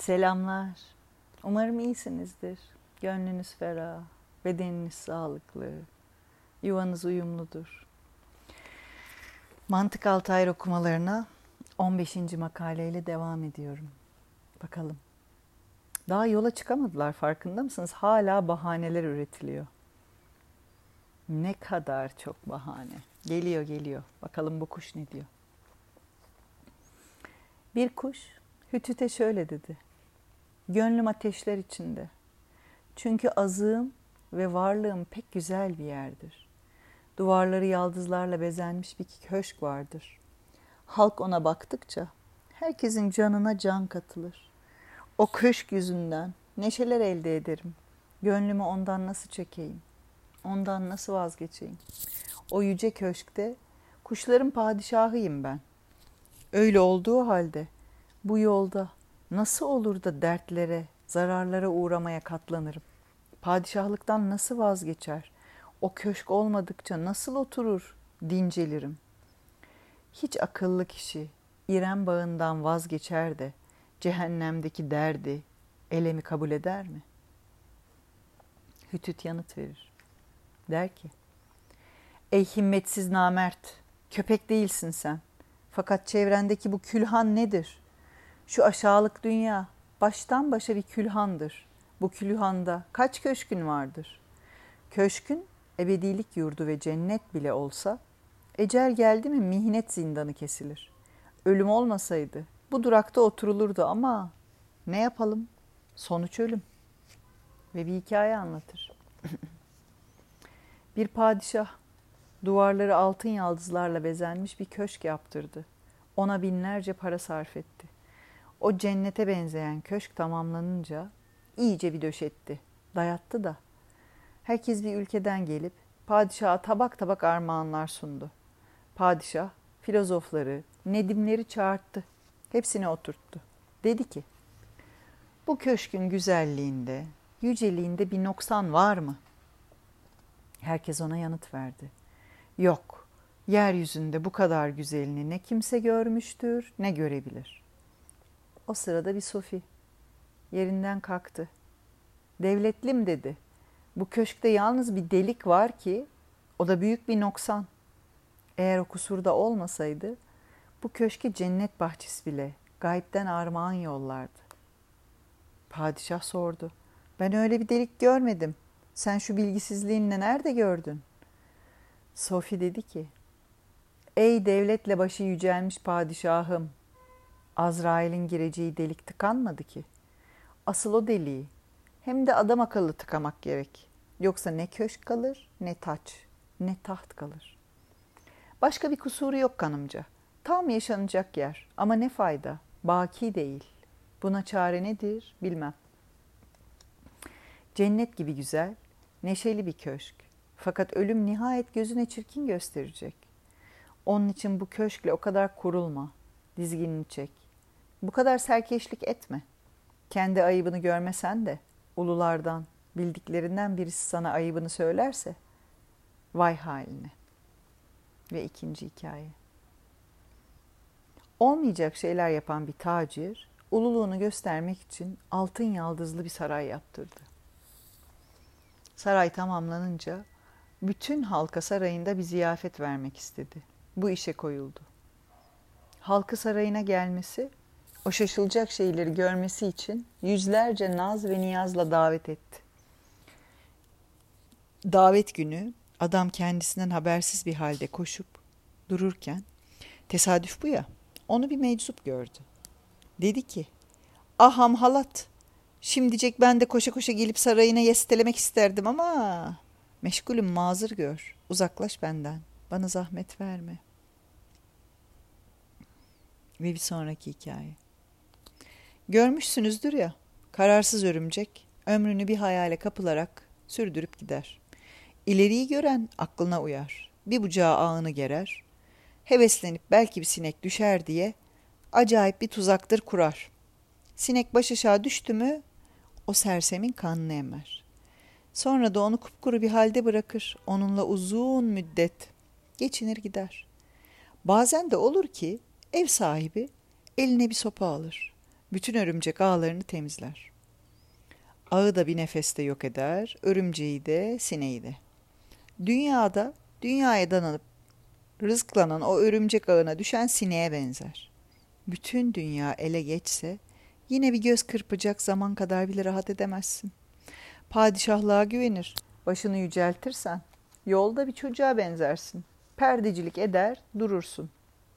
Selamlar. Umarım iyisinizdir. Gönlünüz ferah, bedeniniz sağlıklı, yuvanız uyumludur. Mantık Altayr okumalarına 15. makaleyle devam ediyorum. Bakalım. Daha yola çıkamadılar, farkında mısınız? Hala bahaneler üretiliyor. Ne kadar çok bahane. Geliyor. Bakalım bu kuş ne diyor. Bir kuş Hütüt'e şöyle dedi. Gönlüm ateşler içinde. Çünkü azığım ve varlığım pek güzel bir yerdir. Duvarları yaldızlarla bezenmiş bir köşk vardır. Halk ona baktıkça herkesin canına can katılır. O köşk yüzünden neşeler elde ederim. Gönlümü ondan nasıl çekeyim? Ondan nasıl vazgeçeyim? O yüce köşkte kuşların padişahıyım ben. Öyle olduğu halde bu yolda nasıl olur da dertlere, zararlara uğramaya katlanırım? Padişahlıktan nasıl vazgeçer? O köşk olmadıkça nasıl oturur, dincelirim? Hiç akıllı kişi İrem bağından vazgeçer de cehennemdeki derdi, elemi kabul eder mi? Hütüt yanıt verir. Der ki, ey himmetsiz namert, köpek değilsin sen. Fakat çevrendeki bu külhan nedir? Şu aşağılık dünya baştan başa bir külhandır. Bu külhanda kaç köşkün vardır? Köşkün ebedilik yurdu ve cennet bile olsa, ecel geldi mi mihnet zindanı kesilir. Ölüm olmasaydı bu durakta oturulurdu ama ne yapalım? Sonuç ölüm. Ve bir hikaye anlatır. Bir padişah duvarları altın yaldızlarla bezenmiş bir köşk yaptırdı. Ona binlerce para sarf etti. O cennete benzeyen köşk tamamlanınca iyice bir döşetti, dayattı da. Herkes bir ülkeden gelip padişaha tabak tabak armağanlar sundu. Padişah filozofları, nedimleri çağırttı. Hepsini oturttu. Dedi ki, bu köşkün güzelliğinde, yüceliğinde bir noksan var mı? Herkes ona yanıt verdi. Yok, yeryüzünde bu kadar güzelini ne kimse görmüştür, ne görebilir. O sırada bir sofi yerinden kalktı. Devletlim dedi. Bu köşkte yalnız bir delik var ki o da büyük bir noksan. Eğer o kusurda olmasaydı bu köşke cennet bahçesi bile gaybden armağan yollardı. Padişah sordu. Ben öyle bir delik görmedim. Sen şu bilgisizliğinle nerede gördün? Sofi dedi ki, ey devletle başı yücelmiş padişahım, Azrail'in gireceği delik tıkanmadı ki. Asıl o deliği hem de adam akıllı tıkamak gerek. Yoksa ne köşk kalır, ne taç, ne taht kalır. Başka bir kusuru yok kanımca. Tam yaşanacak yer ama ne fayda, baki değil. Buna çare nedir bilmem. Cennet gibi güzel, neşeli bir köşk. Fakat ölüm nihayet gözüne çirkin gösterecek. Onun için bu köşkle o kadar kurulma, dizginini çek. Bu kadar serkeşlik etme. Kendi ayıbını görmesen de ululardan, bildiklerinden birisi sana ayıbını söylerse vay haline. Ve ikinci hikaye. Olmayacak şeyler yapan bir tacir, ululuğunu göstermek için altın yaldızlı bir saray yaptırdı. Saray tamamlanınca bütün halka sarayında bir ziyafet vermek istedi. Bu işe koyuldu. Halkı sarayına gelmesi, o şaşılacak şeyleri görmesi için yüzlerce naz ve niyazla davet etti. Davet günü adam kendisinden habersiz bir halde koşup dururken, tesadüf bu ya, onu bir meczup gördü. Dedi ki, aham halat, şimdicek ben de koşa koşa gelip sarayına yestelemek isterdim ama meşgulüm, mazur gör, uzaklaş benden, bana zahmet verme. Ve bir sonraki hikaye. Görmüşsünüzdür ya, kararsız örümcek ömrünü bir hayale kapılarak sürdürüp gider. İleriyi gören aklına uyar, bir bucağı ağını gerer, heveslenip belki bir sinek düşer diye acayip bir tuzaktır kurar. Sinek baş aşağı düştü mü o sersemin kanını emer. Sonra da onu kupkuru bir halde bırakır, onunla uzun müddet geçinir gider. Bazen de olur ki ev sahibi eline bir sopa alır. Bütün örümcek ağlarını temizler. Ağı da bir nefeste yok eder, örümceği de, sineği de. Dünyaya danıp rızklanan o örümcek ağına düşen sineğe benzer. Bütün dünya ele geçse, yine bir göz kırpacak zaman kadar bile rahat edemezsin. Padişahlığa güvenir, başını yüceltirsen, yolda bir çocuğa benzersin. Perdecilik eder, durursun.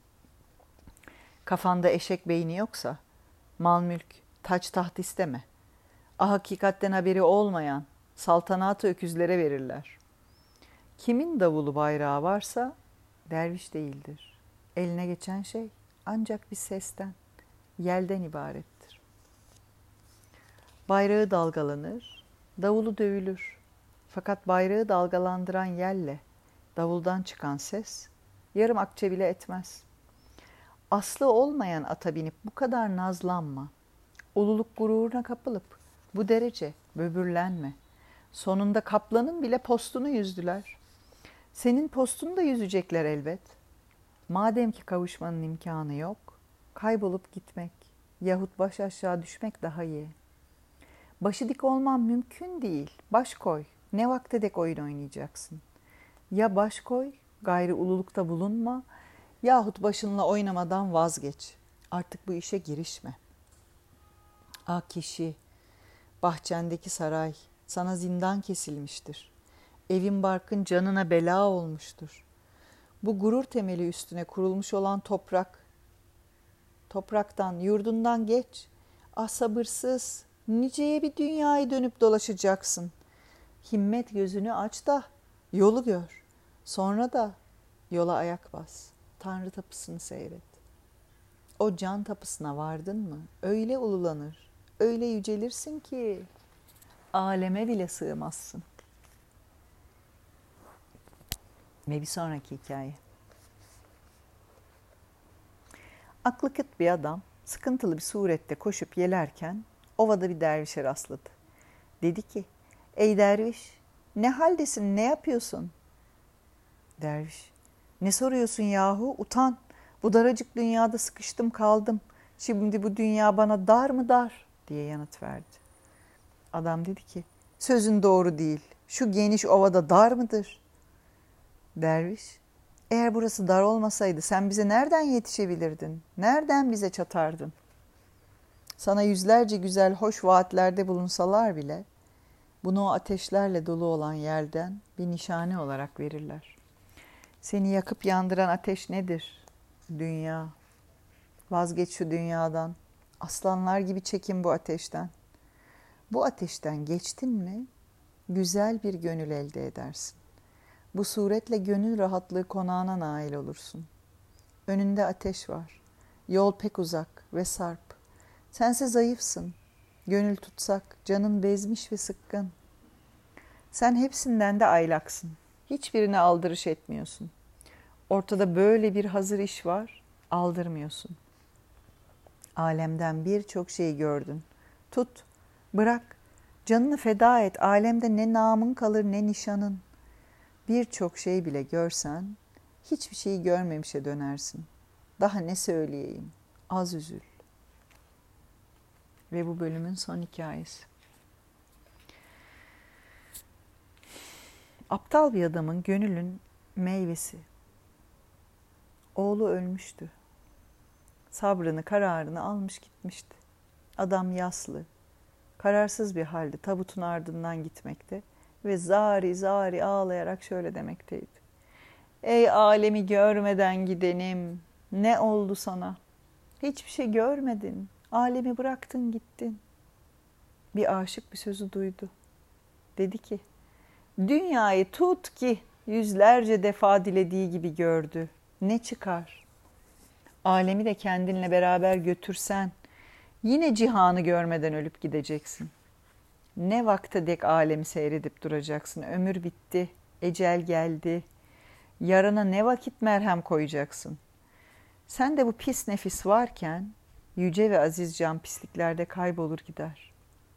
Kafanda eşek beyni yoksa, mal mülk, taç taht isteme. Hakikatten haberi olmayan saltanatı öküzlere verirler. Kimin davulu bayrağı varsa derviş değildir. Eline geçen şey ancak bir sesten, yelden ibarettir. Bayrağı dalgalanır, davulu dövülür. Fakat bayrağı dalgalandıran yelle davuldan çıkan ses yarım akçe bile etmez. Aslı olmayan ata binip bu kadar nazlanma. Ululuk gururuna kapılıp bu derece böbürlenme. Sonunda kaplanın bile postunu yüzdüler. Senin postunu da yüzecekler elbet. Madem ki kavuşmanın imkanı yok, kaybolup gitmek yahut baş aşağı düşmek daha iyi. Başı dik olman mümkün değil. Baş koy. Ne vakte dek oyun oynayacaksın? Ya baş koy, gayri ululukta bulunma, yahut başınla oynamadan vazgeç. Artık bu işe girişme. Kişi, bahçendeki saray sana zindan kesilmiştir. Evin barkın canına bela olmuştur. Bu gurur temeli üstüne kurulmuş olan topraktan, yurdundan geç. Sabırsız, niceye bir dünyayı dönüp dolaşacaksın. Himmet gözünü aç da yolu gör. Sonra da yola ayak bas. Tanrı tapısını seyret. O can tapısına vardın mı? Öyle ululanır, öyle yücelirsin ki aleme bile sığmazsın. Ve bir sonraki hikaye. Aklı kıt bir adam sıkıntılı bir surette koşup yelerken ovada bir dervişe rastladı. Dedi ki, ey derviş, ne haldesin, ne yapıyorsun? Derviş, ne soruyorsun yahu, utan. Bu daracık dünyada sıkıştım kaldım. Şimdi bu dünya bana dar mı dar diye yanıt verdi. Adam dedi ki, sözün doğru değil. Şu geniş ovada dar mıdır? Derviş, eğer burası dar olmasaydı sen bize nereden yetişebilirdin? Nereden bize çatardın? Sana yüzlerce güzel, hoş vaatlerde bulunsalar bile bunu o ateşlerle dolu olan yerden bir nişane olarak verirler. Seni yakıp yandıran ateş nedir? Dünya. Vazgeç şu dünyadan. Aslanlar gibi çekin bu ateşten. Bu ateşten geçtin mi güzel bir gönül elde edersin. Bu suretle gönül rahatlığı konağına nail olursun. Önünde ateş var. Yol pek uzak ve sarp. Sense zayıfsın. Gönül tutsak canın bezmiş ve sıkkın. Sen hepsinden de aylaksın. Hiçbirine aldırış etmiyorsun. Ortada böyle bir hazır iş var, aldırmıyorsun. Alemden birçok şey gördün. Tut, bırak, canını feda et. Alemde ne namın kalır ne nişanın. Birçok şey bile görsen, hiçbir şeyi görmemişe dönersin. Daha ne söyleyeyim, az üzül. Ve bu bölümün son hikayesi. Aptal bir adamın gönlün meyvesi. Oğlu ölmüştü. Sabrını, kararını almış gitmişti. Adam yaslı, kararsız bir halde tabutun ardından gitmekte ve zari zari ağlayarak şöyle demekteydi. Ey alemi görmeden gidenim, ne oldu sana? Hiçbir şey görmedin, alemi bıraktın gittin. Bir aşık bir sözü duydu. Dedi ki, dünyayı tut ki yüzlerce defa dilediği gibi gördü. Ne çıkar? Alemi de kendinle beraber götürsen yine cihanı görmeden ölüp gideceksin. Ne vakte dek alemi seyredip duracaksın? Ömür bitti, ecel geldi. Yarana ne vakit merhem koyacaksın? Sen de bu pis nefis varken yüce ve aziz can pisliklerde kaybolur gider.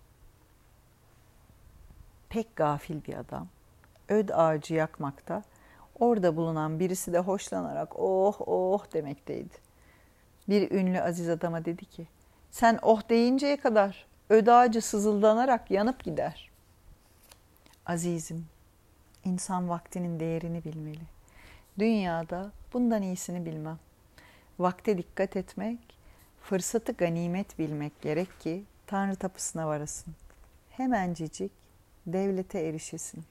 Pek gafil bir adam, öd ağacı yakmakta, orada bulunan birisi de hoşlanarak oh oh demekteydi. Bir ünlü aziz adama dedi ki, Sen oh deyinceye kadar öde ağacı sızıldanarak yanıp gider. Azizim, insan vaktinin değerini bilmeli. Dünyada bundan iyisini bilmem. Vakte dikkat etmek, fırsatı ganimet bilmek gerek ki Tanrı tapısına varasın. Hemencecik devlete erişesin.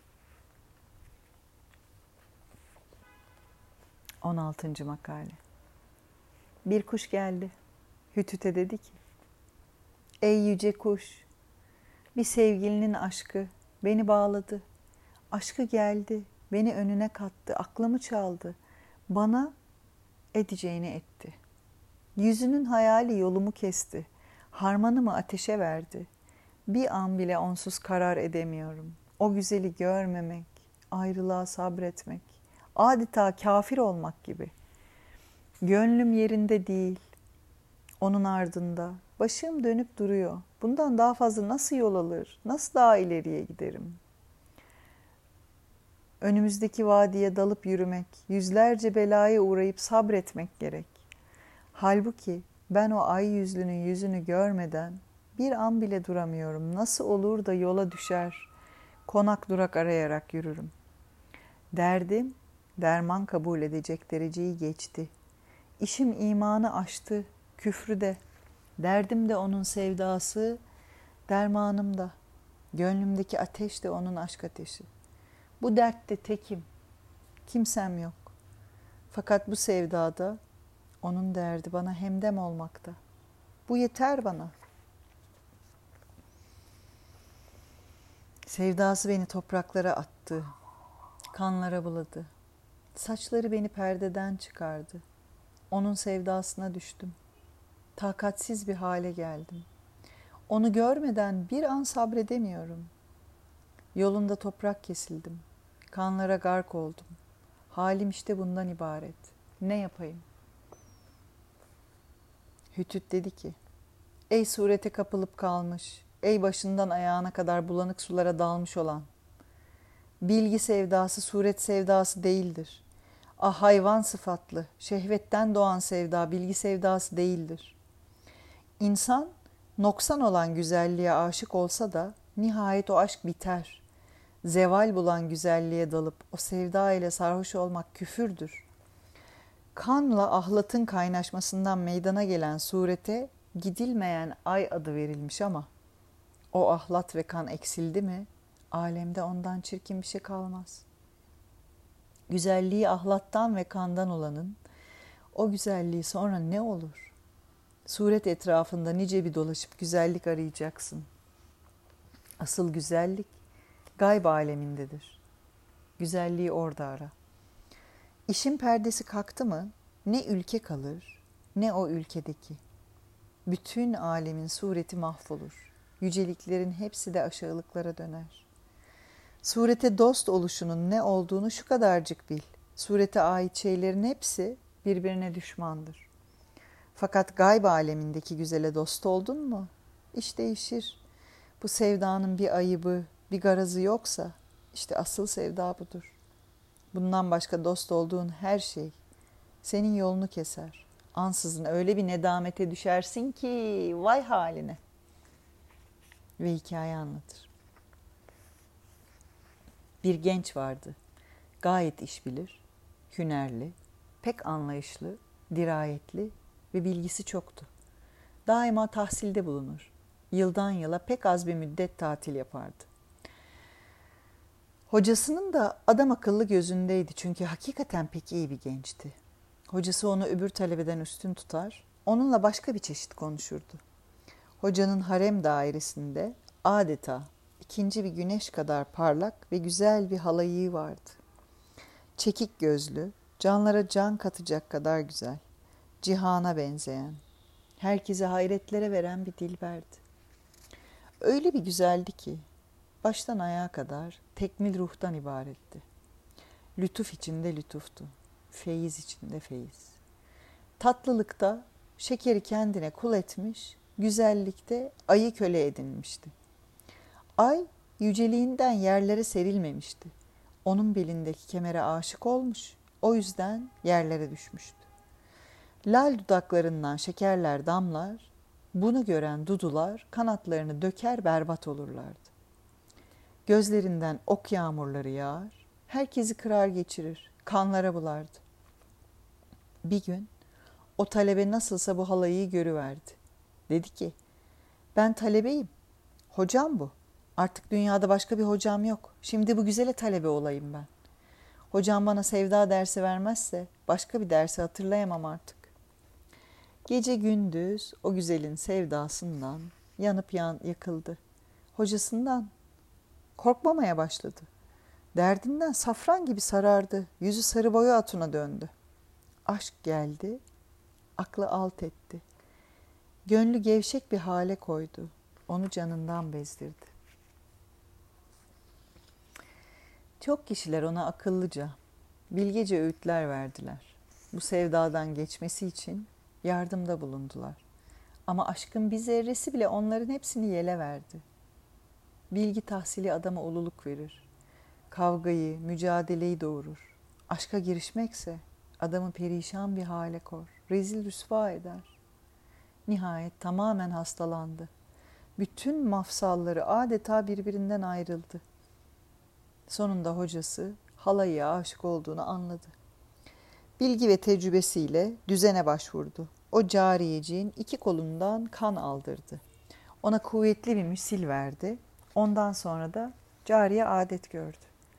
16. makale. Bir kuş geldi. Hütüt'e dedi ki, ey yüce kuş, bir sevgilinin aşkı beni bağladı. Aşkı geldi, beni önüne kattı, aklımı çaldı. Bana edeceğini etti. Yüzünün hayali yolumu kesti. Harmanımı ateşe verdi. Bir an bile onsuz karar edemiyorum. O güzeli görmemek, ayrılığa sabretmek, adeta kafir olmak gibi. Gönlüm yerinde değil, onun ardında. Başım dönüp duruyor. Bundan daha fazla nasıl yol alır, nasıl daha ileriye giderim? Önümüzdeki vadiye dalıp yürümek, yüzlerce belaya uğrayıp sabretmek gerek. Halbuki ben o ay yüzlünün yüzünü görmeden bir an bile duramıyorum. Nasıl olur da yola düşer, konak durak arayarak yürürüm. Derdim, derman kabul edecek dereceyi geçti. İşim imanı aştı, küfrü de. Derdim de onun sevdası, dermanım da. Gönlümdeki ateş de onun aşk ateşi. Bu dertte tekim, kimsem yok. Fakat bu sevdada onun derdi bana hemdem olmakta. Bu yeter bana. Sevdası beni topraklara attı, kanlara buladı. Saçları beni perdeden çıkardı. Onun sevdasına düştüm. Takatsiz bir hale geldim. Onu görmeden bir an sabredemiyorum. Yolunda toprak kesildim. Kanlara gark oldum. Halim işte bundan ibaret. Ne yapayım? Hütüt dedi ki, ey surete kapılıp kalmış, ey başından ayağına kadar bulanık sulara dalmış olan. Bilgi sevdası suret sevdası değildir. Ah hayvan sıfatlı, şehvetten doğan sevda bilgi sevdası değildir. İnsan noksan olan güzelliğe aşık olsa da nihayet o aşk biter. Zeval bulan güzelliğe dalıp o sevda ile sarhoş olmak küfürdür. Kanla ahlatın kaynaşmasından meydana gelen surete gidilmeyen ay adı verilmiş ama o ahlat ve kan eksildi mi alemde ondan çirkin bir şey kalmaz. Güzelliği ahlattan ve kandan olanın o güzelliği sonra ne olur? Suret etrafında nice bir dolaşıp güzellik arayacaksın. Asıl güzellik gayb alemindedir. Güzelliği orada ara. İşin perdesi kalktı mı ne ülke kalır ne o ülkedeki. Bütün alemin sureti mahvolur. Yüceliklerin hepsi de aşağılıklara döner. Surete dost oluşunun ne olduğunu şu kadarcık bil. Surete ait şeylerin hepsi birbirine düşmandır. Fakat gayb alemindeki güzele dost oldun mu? İş değişir. Bu sevdanın bir ayıbı, bir garazı yoksa işte asıl sevda budur. Bundan başka dost olduğun her şey senin yolunu keser. Ansızın öyle bir nedamete düşersin ki vay haline. Ve hikaye anlatır. Bir genç vardı. Gayet iş bilir, hünerli, pek anlayışlı, dirayetli ve bilgisi çoktu. Daima tahsilde bulunur. Yıldan yıla pek az bir müddet tatil yapardı. Hocasının da adam akıllı gözündeydi çünkü hakikaten pek iyi bir gençti. Hocası onu öbür talebeden üstün tutar, onunla başka bir çeşit konuşurdu. Hocanın harem dairesinde adeta ikinci bir güneş kadar parlak ve güzel bir halayığı vardı. Çekik gözlü, canlara can katacak kadar güzel, cihana benzeyen, herkese hayretlere veren bir dilberdi. Öyle bir güzeldi ki, baştan ayağa kadar tekmil ruhtan ibaretti. Lütuf içinde lütuftu, feyiz içinde feyiz. Tatlılıkta şekeri kendine kul etmiş, güzellikte ayı köle edinmişti. Ay yüceliğinden yerlere serilmemişti. Onun belindeki kemere aşık olmuş, o yüzden yerlere düşmüştü. Lal dudaklarından şekerler damlar, Bunu gören dudular kanatlarını döker berbat olurlardı. Gözlerinden ok yağmurları yağar, herkesi kırar geçirir, kanlara bulardı. Bir gün o talebe nasılsa bu halayı görüverdi. Dedi ki, ben talebeyim, hocam bu. Artık dünyada başka bir hocam yok. Şimdi bu güzele talebe olayım ben. Hocam bana sevda dersi vermezse başka bir dersi hatırlayamam artık. Gece gündüz o güzelin sevdasından yanıp yakıldı. Hocasından korkmamaya başladı. Derdinden safran gibi sarardı. Yüzü sarı boya atına döndü. Aşk geldi, aklı alt etti. Gönlü gevşek bir hale koydu. Onu canından bezdirdi. Çok kişiler ona akıllıca, bilgece öğütler verdiler. Bu sevdadan geçmesi için yardımda bulundular. Ama aşkın bir zerresi bile onların hepsini yele verdi. Bilgi tahsili adama ululuk verir. Kavgayı, mücadeleyi doğurur. Aşka girişmekse adamı perişan bir hale kor. Rezil rüsva eder. Nihayet tamamen hastalandı. Bütün mafsalları adeta birbirinden ayrıldı. Sonunda hocası halayıya aşık olduğunu anladı. Bilgi ve tecrübesiyle düzene başvurdu. O cariyeciğin iki kolundan kan aldırdı. Ona kuvvetli bir müsil verdi. Ondan sonra da cariye adet gördü.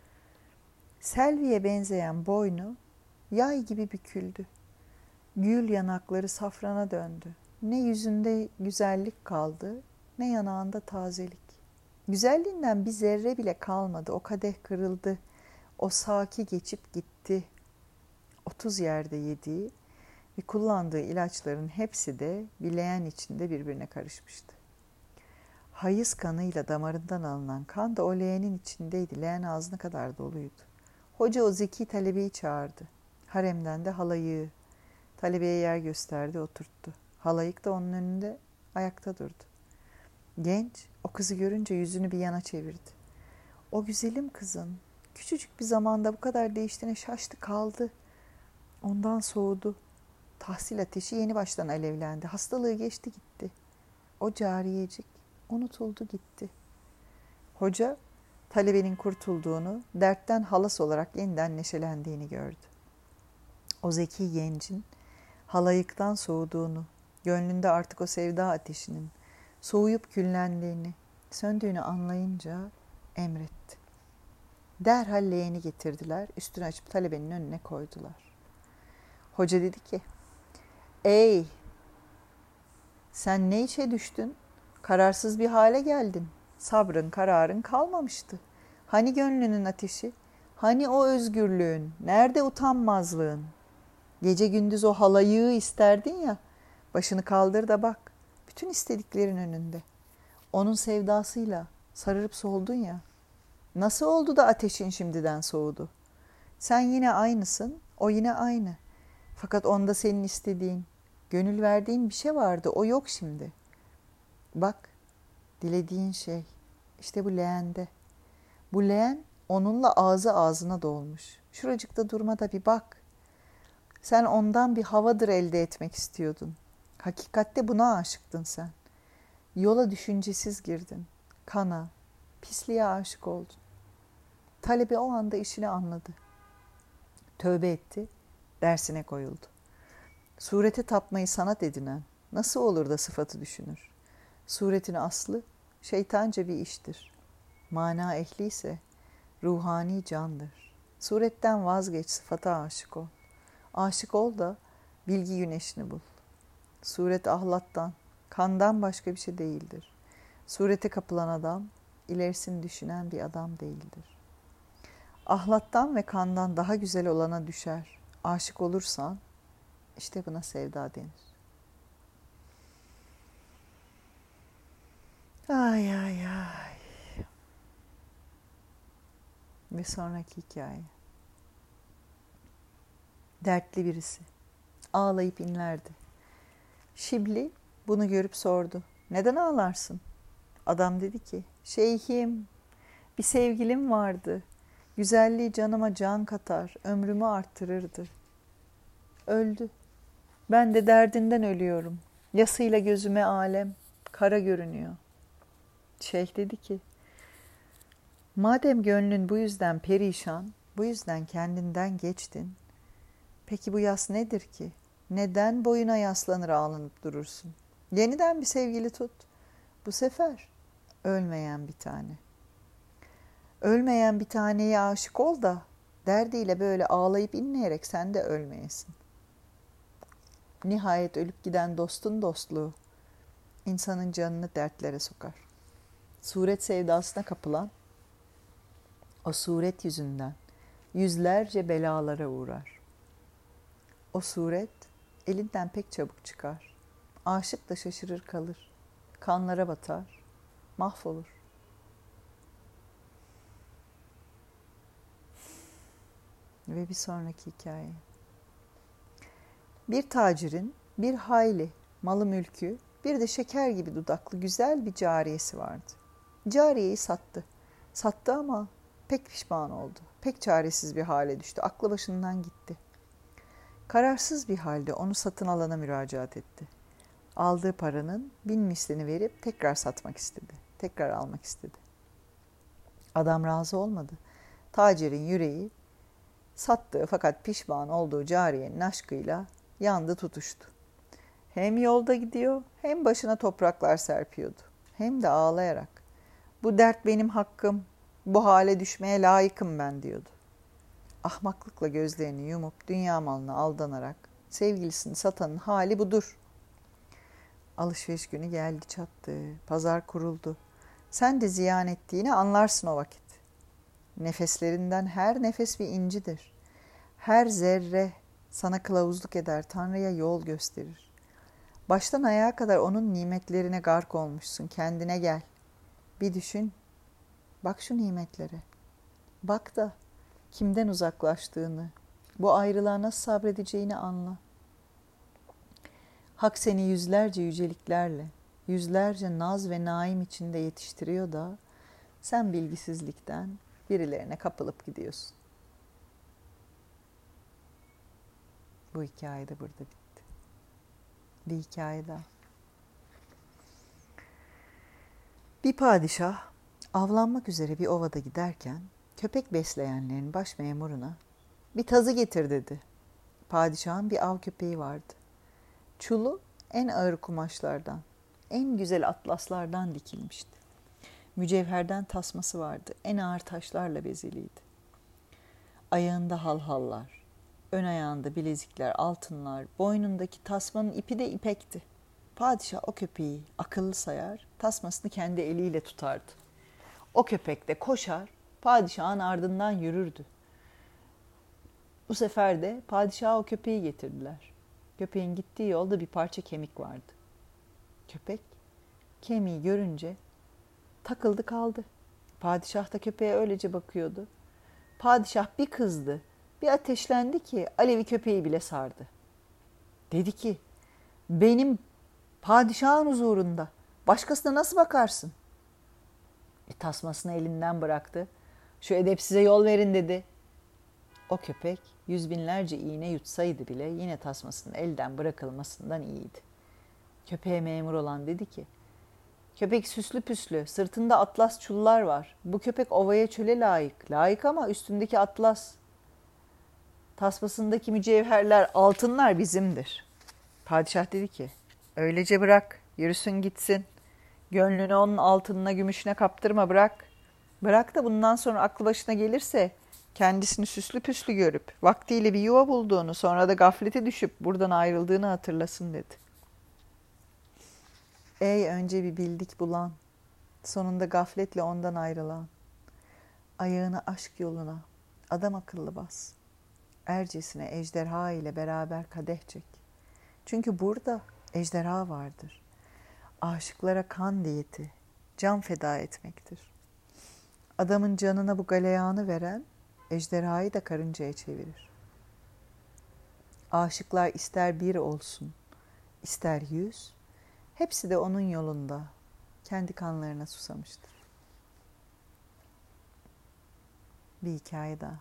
Selviye benzeyen boynu yay gibi büküldü. Gül yanakları safrana döndü. Ne yüzünde güzellik kaldı, ne yanağında tazelik. Güzelliğinden bir zerre bile kalmadı. O kadeh kırıldı. O saki geçip gitti. 30 yerde yediği ve kullandığı ilaçların hepsi de bir leğen içinde birbirine karışmıştı. Hayız kanıyla damarından alınan kan da o leğenin içindeydi. Leğen ağzına kadar doluydu. Hoca o zeki talebeyi çağırdı. Haremden de halayığı. Talebeye yer gösterdi, oturttu. Halayık da onun önünde ayakta durdu. Genç o kızı görünce yüzünü bir yana çevirdi. O güzelim kızın küçücük bir zamanda bu kadar değiştiğine şaştı kaldı. Ondan soğudu. Tahsil ateşi yeni baştan alevlendi. Hastalığı geçti gitti. O cariyecik unutuldu gitti. Hoca talebenin kurtulduğunu, dertten halas olarak yeniden neşelendiğini gördü. O zeki gencin halayıktan soğuduğunu, gönlünde artık o sevda ateşinin soğuyup küllendiğini, söndüğünü anlayınca emretti. Derhal leğeni getirdiler, üstünü açıp talebenin önüne koydular. Hoca dedi ki, ey sen ne işe düştün? Kararsız bir hale geldin. Sabrın, kararın kalmamıştı. Hani gönlünün ateşi? Hani o özgürlüğün? Nerede utanmazlığın? Gece gündüz o halayığı isterdin ya. Başını kaldır da bak. Bütün istediklerin önünde. Onun sevdasıyla sararıp soldun ya. Nasıl oldu da ateşin şimdiden soğudu? Sen yine aynısın, o yine aynı. Fakat onda senin istediğin, gönül verdiğin bir şey vardı, o yok şimdi. Bak, dilediğin şey, işte bu leğende. Bu leğen onunla ağzı ağzına dolmuş. Şuracıkta durma da bir bak. Sen ondan bir havadır elde etmek istiyordun. Hakikatte buna aşıktın sen. Yola düşüncesiz girdin. Kana, pisliğe aşık oldun. Talebe o anda işini anladı. Tövbe etti, dersine koyuldu. Surete tapmayı sanat edinen nasıl olur da sıfatı düşünür? Suretin aslı şeytanca bir iştir. Mana ehli ise ruhani candır. Suretten vazgeç, sıfata aşık ol. Aşık ol da bilgi güneşini bul. Suret ahlattan, kandan başka bir şey değildir. Surete kapılan adam, ilerisini düşünen bir adam değildir. Ahlattan ve kandan daha güzel olana düşer. Aşık olursan, işte buna sevda denir. Ay ay ay. Ve sonraki hikaye. Dertli birisi. Ağlayıp inlerdi. Şibli bunu görüp sordu. Neden ağlarsın? Adam dedi ki, şeyhim, bir sevgilim vardı. Güzelliği canıma can katar, ömrümü arttırırdı. Öldü. Ben de derdinden ölüyorum. Yasıyla gözüme alem kara görünüyor. Şeyh dedi ki, madem gönlün bu yüzden perişan, bu yüzden kendinden geçtin, peki bu yas nedir ki? Neden boyuna yaslanır ağlanıp durursun? Yeniden bir sevgili tut. Bu sefer ölmeyen bir tane. Ölmeyen bir taneye aşık ol da derdiyle böyle ağlayıp inleyerek sen de ölmeyesin. Nihayet ölüp giden dostun dostluğu insanın canını dertlere sokar. Suret sevdasına kapılan o suret yüzünden yüzlerce belalara uğrar. O suret elinden pek çabuk çıkar. Aşık da şaşırır kalır. Kanlara batar, mahvolur. Ve bir sonraki hikaye. Bir tacirin bir hayli malı mülkü, bir de şeker gibi dudaklı güzel bir cariyesi vardı. Cariyeyi sattı. Sattı ama pek pişman oldu. Pek çaresiz bir hale düştü. Aklı başından gitti. Kararsız bir halde onu satın alana müracaat etti. Aldığı paranın 1000 mislini verip tekrar satmak istedi. Tekrar almak istedi. Adam razı olmadı. Tacirin yüreği sattığı fakat pişman olduğu cariyenin aşkıyla yandı tutuştu. Hem yolda gidiyor hem başına topraklar serpiyordu. Hem de ağlayarak. Bu dert benim hakkım, bu hale düşmeye layıkım ben diyordu. Ahmaklıkla gözlerini yumup dünya malına aldanarak sevgilisini satanın hali budur. Alışveriş günü geldi çattı, pazar kuruldu. Sen de ziyan ettiğini anlarsın o vakit. Nefeslerinden her nefes bir incidir. Her zerre sana kılavuzluk eder, Tanrı'ya yol gösterir. Baştan ayağa kadar onun nimetlerine gark olmuşsun. Kendine gel. Bir düşün. Bak şu nimetlere. Bak da kimden uzaklaştığını, bu ayrılığa nasıl sabredeceğini anla. Hak seni yüzlerce yüceliklerle, yüzlerce naz ve naim içinde yetiştiriyor da sen bilgisizlikten birilerine kapılıp gidiyorsun. Bu hikaye de burada bitti. Bir hikaye daha. Bir padişah avlanmak üzere bir ovada giderken köpek besleyenlerin baş memuruna bir tazı getir dedi. Padişahın bir av köpeği vardı. Çulu en ağır kumaşlardan, en güzel atlaslardan dikilmişti. Mücevherden tasması vardı, en ağır taşlarla beziliydi. Ayağında halhallar, ön ayağında bilezikler, altınlar, boynundaki tasmanın ipi de ipekti. Padişah o köpeği akıllı sayar, tasmasını kendi eliyle tutardı. O köpek de koşar, padişahın ardından yürürdü. Bu sefer de padişaha o köpeği getirdiler. Köpeğin gittiği yolda bir parça kemik vardı. Köpek kemiği görünce takıldı kaldı. Padişah da köpeğe öylece bakıyordu. Padişah bir kızdı, bir ateşlendi ki alevi köpeği bile sardı. Dedi ki, benim padişahın huzurunda başkasına nasıl bakarsın? Tasmasını elinden bıraktı. Şu edepsize yol verin dedi. O köpek 100.000'lerce iğne yutsaydı bile yine tasmasının elden bırakılmasından iyiydi. Köpeğe memur olan dedi ki, köpek süslü püslü, sırtında atlas çullar var. Bu köpek ovaya çöle layık. Layık ama üstündeki atlas, tasmasındaki mücevherler, altınlar bizimdir. Padişah dedi ki, öylece bırak, yürüsün gitsin. Gönlünü onun altınına, gümüşüne kaptırma, bırak. Bırak da bundan sonra aklı başına gelirse kendisini süslü püslü görüp vaktiyle bir yuva bulduğunu, sonra da gaflete düşüp buradan ayrıldığını hatırlasın dedi. Ey önce bir bildik bulan, sonunda gafletle ondan ayrılan, ayağını aşk yoluna adam akıllı bas. Ercesine ejderha ile beraber kadeh çek. Çünkü burada ejderha vardır. Aşıklara kan diyeti, can feda etmektir. Adamın canına bu galeyanı veren ejderhayı da karıncaya çevirir. Aşıklar ister bir olsun, ister 100, hepsi de onun yolunda kendi kanlarına susamıştır. Bir hikaye daha.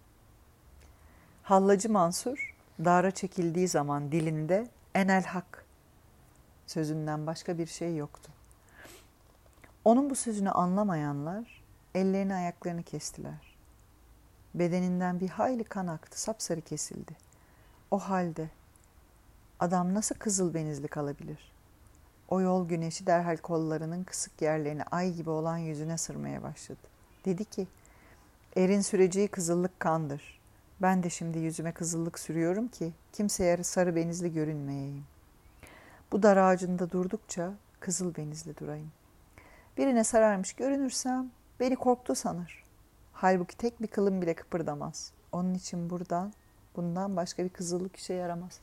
Hallacı Mansur dara çekildiği zaman dilinde enel hak, sözünden başka bir şey yoktu. Onun bu sözünü anlamayanlar ellerini ayaklarını kestiler. Bedeninden bir hayli kan aktı, sapsarı kesildi. O halde adam nasıl kızıl benizlik alabilir? O yol güneşi derhal kollarının kısık yerlerini ay gibi olan yüzüne sırmaya başladı. Dedi ki, erin süreceği kızıllık kandır. Ben de şimdi yüzüme kızıllık sürüyorum ki kimseye sarı benizli görünmeyeyim. Bu dar ağacında durdukça kızıl benizli durayım. Birine sararmış görünürsem beni korktu sanır. Halbuki tek bir kılım bile kıpırdamaz. Onun için bundan başka bir kızıllık işe yaramaz.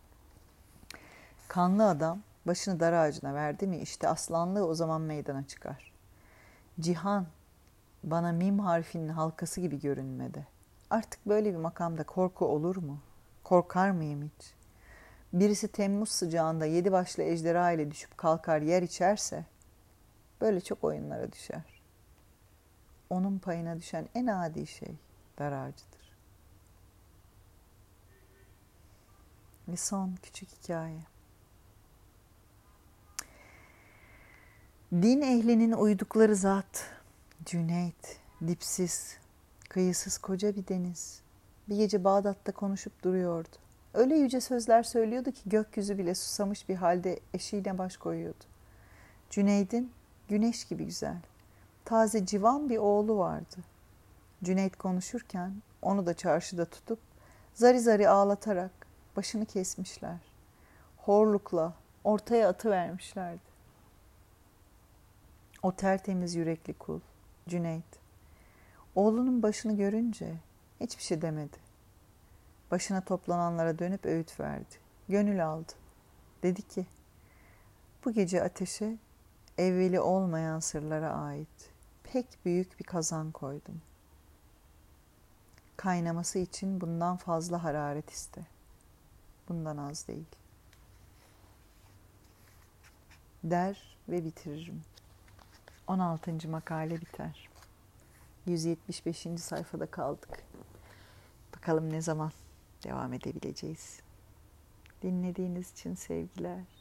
Kanlı adam başını dar ağacına verdi mi işte aslanlığı o zaman meydana çıkar. Cihan bana mim harfinin halkası gibi görünmedi. Artık böyle bir makamda korku olur mu? Korkar mıyım hiç? Birisi Temmuz sıcağında 7 başlı ejderha ile düşüp kalkar yer içerse böyle çok oyunlara düşer. Onun payına düşen en adi şey dar ağacıdır. Ve son küçük hikaye. Din ehlinin uydukları zat, Cüneyt, dipsiz, kıyısız koca bir deniz. Bir gece Bağdat'ta konuşup duruyordu. Öyle yüce sözler söylüyordu ki gökyüzü bile susamış bir halde eşiğine baş koyuyordu. Cüneyd'in güneş gibi güzel, taze civan bir oğlu vardı. Cüneyt konuşurken onu da çarşıda tutup zari zari ağlatarak başını kesmişler. Horlukla ortaya atıvermişlerdi. O tertemiz yürekli kul, Cüneyt, oğlunun başını görünce hiçbir şey demedi. Başına toplananlara dönüp öğüt verdi. Gönül aldı. Dedi ki, bu gece ateşe evveli olmayan sırlara ait pek büyük bir kazan koydum. Kaynaması için bundan fazla hararet iste. Bundan az değil. Der ve bitiririm. 16. makale biter. 175. sayfada kaldık. Bakalım ne zaman devam edebileceğiz. Dinlediğiniz için sevgiler.